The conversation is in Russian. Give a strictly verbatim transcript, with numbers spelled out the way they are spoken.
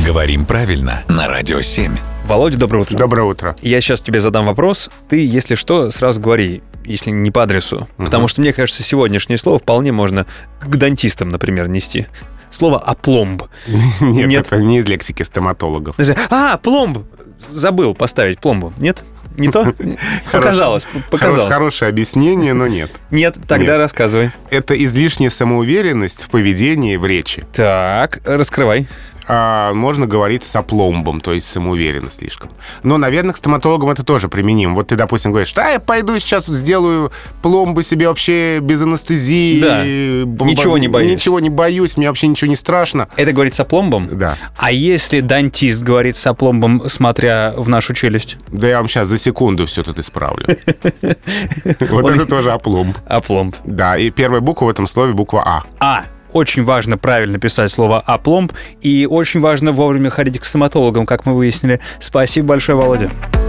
Говорим правильно на Радио семь. Володя, доброе утро. Доброе утро. Я сейчас тебе задам вопрос. Ты, если что, сразу говори, если не по адресу. Угу. Потому что, мне кажется, сегодняшнее слово вполне можно к дантистам, например, нести. Слово «опломб». Нет, Нет, это не из лексики стоматологов. А, пломб! Забыл поставить пломбу. Нет? Не то? Показалось. показалось. Хорошее объяснение, но нет. Нет, тогда нет. Рассказывай. Это излишняя самоуверенность в поведении, в речи. Так, раскрывай. А, можно говорить с опломбом, то есть самоуверенно слишком. Но, наверное, к стоматологам это тоже применим. Вот ты, допустим, говоришь, да, я пойду сейчас сделаю пломбы себе вообще без анестезии. Да, бомба... ничего не боюсь. Ничего не боюсь, мне вообще ничего не страшно. Это говорит с опломбом? Да. А если дантист говорит с опломбом, смотря в нашу челюсть? Да я вам сейчас за секунду все тут исправлю. Вот это тоже опломб. Опломб. Да, и первая буква в этом слове буква А. А. Очень важно правильно писать слово «опломб», и очень важно вовремя ходить к стоматологам, как мы выяснили. Спасибо большое, Володя.